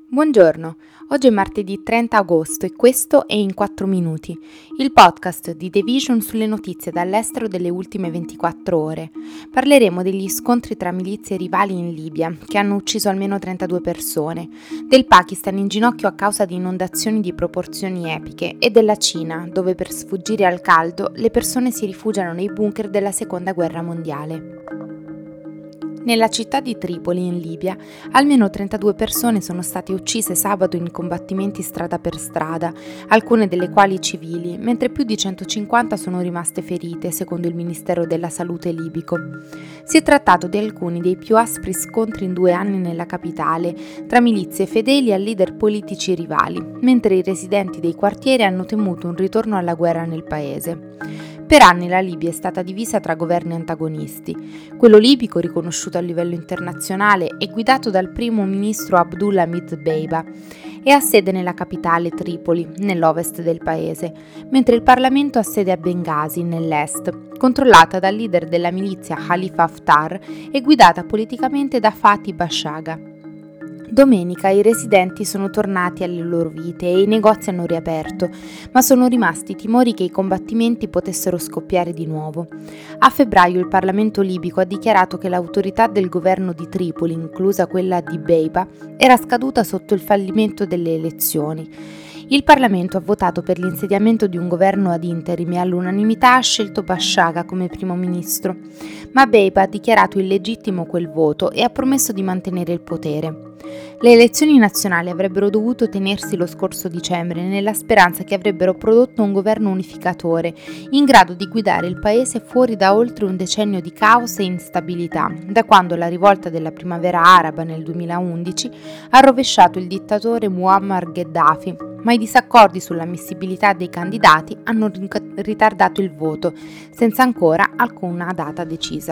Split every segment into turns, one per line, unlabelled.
Buongiorno, oggi è martedì 30 agosto e questo è In 4 Minuti, il podcast di The Vision sulle notizie dall'estero delle ultime 24 ore. Parleremo degli scontri tra milizie rivali in Libia, che hanno ucciso almeno 32 persone, del Pakistan in ginocchio a causa di inondazioni di proporzioni epiche e della Cina, dove per sfuggire al caldo le persone si rifugiano nei bunker della Seconda Guerra Mondiale. Nella città di Tripoli, in Libia, almeno 32 persone sono state uccise sabato in combattimenti strada per strada, alcune delle quali civili, mentre più di 150 sono rimaste ferite, secondo il Ministero della Salute libico. Si è trattato di alcuni dei più aspri scontri in 2 anni nella capitale, tra milizie fedeli a leader politici rivali, mentre i residenti dei quartieri hanno temuto un ritorno alla guerra nel paese. Per anni la Libia è stata divisa tra governi antagonisti. Quello libico, riconosciuto a livello internazionale, è guidato dal primo ministro Abdulhamid Dbeibeh e ha sede nella capitale Tripoli, nell'ovest del paese, mentre il Parlamento ha sede a Bengasi, nell'est, controllata dal leader della milizia Khalifa Haftar e guidata politicamente da Fathi Bashagha. Domenica i residenti sono tornati alle loro vite e i negozi hanno riaperto, ma sono rimasti timori che i combattimenti potessero scoppiare di nuovo. A febbraio il Parlamento libico ha dichiarato che l'autorità del governo di Tripoli, inclusa quella di Dbeibeh, era scaduta sotto il fallimento delle elezioni. Il Parlamento ha votato per l'insediamento di un governo ad interim e all'unanimità ha scelto Bashagha come primo ministro, ma Dbeibeh ha dichiarato illegittimo quel voto e ha promesso di mantenere il potere. Le elezioni nazionali avrebbero dovuto tenersi lo scorso dicembre nella speranza che avrebbero prodotto un governo unificatore in grado di guidare il paese fuori da oltre un decennio di caos e instabilità, da quando la rivolta della primavera araba nel 2011 ha rovesciato il dittatore Muammar Gheddafi, ma i disaccordi sull'ammissibilità dei candidati hanno ritardato il voto, senza ancora alcuna data decisa.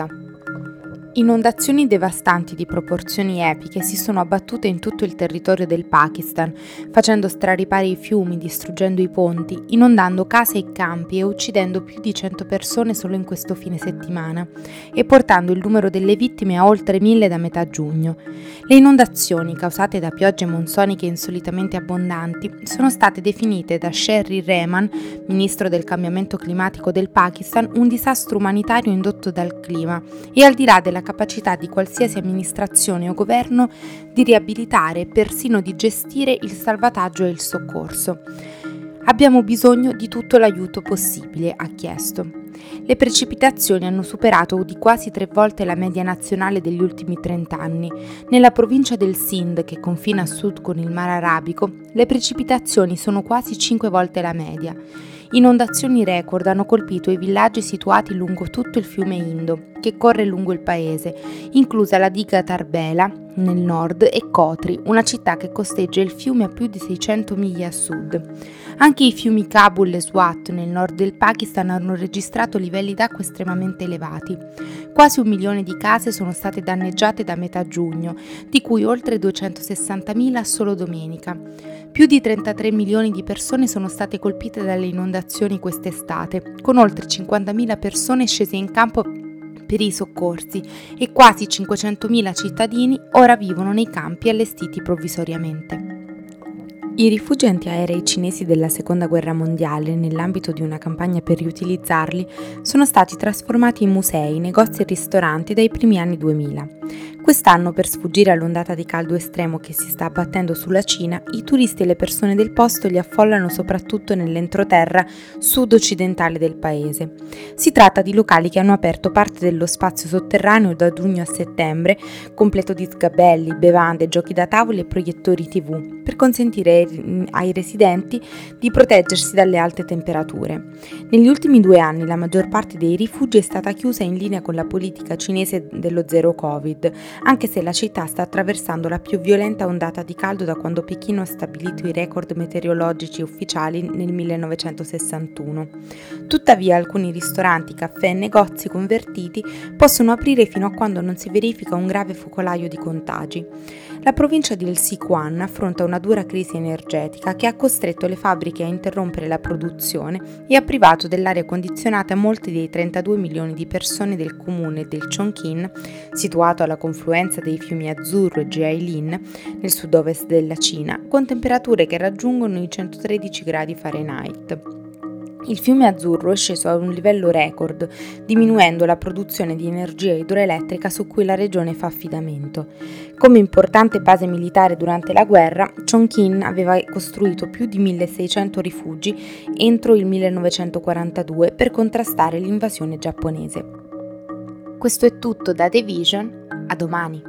Inondazioni devastanti di proporzioni epiche si sono abbattute in tutto il territorio del Pakistan, facendo straripare i fiumi, distruggendo i ponti, inondando case e campi e uccidendo più di 100 persone solo in questo fine settimana e portando il numero delle vittime a oltre 1000 da metà giugno. Le inondazioni, causate da piogge monsoniche insolitamente abbondanti, sono state definite da Sherry Rehman, ministro del cambiamento climatico del Pakistan, un disastro umanitario indotto dal clima e al di là della capacità di qualsiasi amministrazione o governo di riabilitare e persino di gestire il salvataggio e il soccorso. Abbiamo bisogno di tutto l'aiuto possibile, ha chiesto. Le precipitazioni hanno superato di quasi 3 volte la media nazionale degli ultimi 30 anni. Nella provincia del Sindh, che confina a sud con il Mar Arabico, le precipitazioni sono quasi 5 volte la media. Inondazioni record hanno colpito i villaggi situati lungo tutto il fiume Indo, che corre lungo il paese, inclusa la diga Tarbela nel nord e Kotri, una città che costeggia il fiume a più di 600 miglia a sud. Anche i fiumi Kabul e Swat nel nord del Pakistan hanno registrato livelli d'acqua estremamente elevati. Quasi 1 milione di case sono state danneggiate da metà giugno, di cui oltre 260.000 solo domenica. Più di 33 milioni di persone sono state colpite dalle inondazioni quest'estate, con oltre 50.000 persone scese in campo per i soccorsi e quasi 500.000 cittadini ora vivono nei campi allestiti provvisoriamente. I rifugi antiaerei cinesi della Seconda Guerra Mondiale, nell'ambito di una campagna per riutilizzarli, sono stati trasformati in musei, negozi e ristoranti dai primi anni 2000. Quest'anno, per sfuggire all'ondata di caldo estremo che si sta abbattendo sulla Cina, i turisti e le persone del posto li affollano soprattutto nell'entroterra sud-occidentale del paese. Si tratta di locali che hanno aperto parte dello spazio sotterraneo da giugno a settembre, completo di sgabelli, bevande, giochi da tavolo e proiettori TV, per consentire ai residenti di proteggersi dalle alte temperature. Negli ultimi 2 anni la maggior parte dei rifugi è stata chiusa in linea con la politica cinese dello zero Covid, anche se la città sta attraversando la più violenta ondata di caldo da quando Pechino ha stabilito i record meteorologici ufficiali nel 1961. Tuttavia alcuni ristoranti, caffè e negozi convertiti possono aprire fino a quando non si verifica un grave focolaio di contagi. La provincia del Sichuan affronta una dura crisi energetica che ha costretto le fabbriche a interrompere la produzione e ha privato dell'aria condizionata molti dei 32 milioni di persone del comune del Chongqing, situato alla confluenza dei fiumi Azzurro e Jiailin, nel sud-ovest della Cina, con temperature che raggiungono i 113 gradi Fahrenheit. Il fiume Azzurro è sceso a un livello record, diminuendo la produzione di energia idroelettrica su cui la regione fa affidamento. Come importante base militare durante la guerra, Chongqing aveva costruito più di 1600 rifugi entro il 1942 per contrastare l'invasione giapponese. Questo è tutto da The Vision, a domani.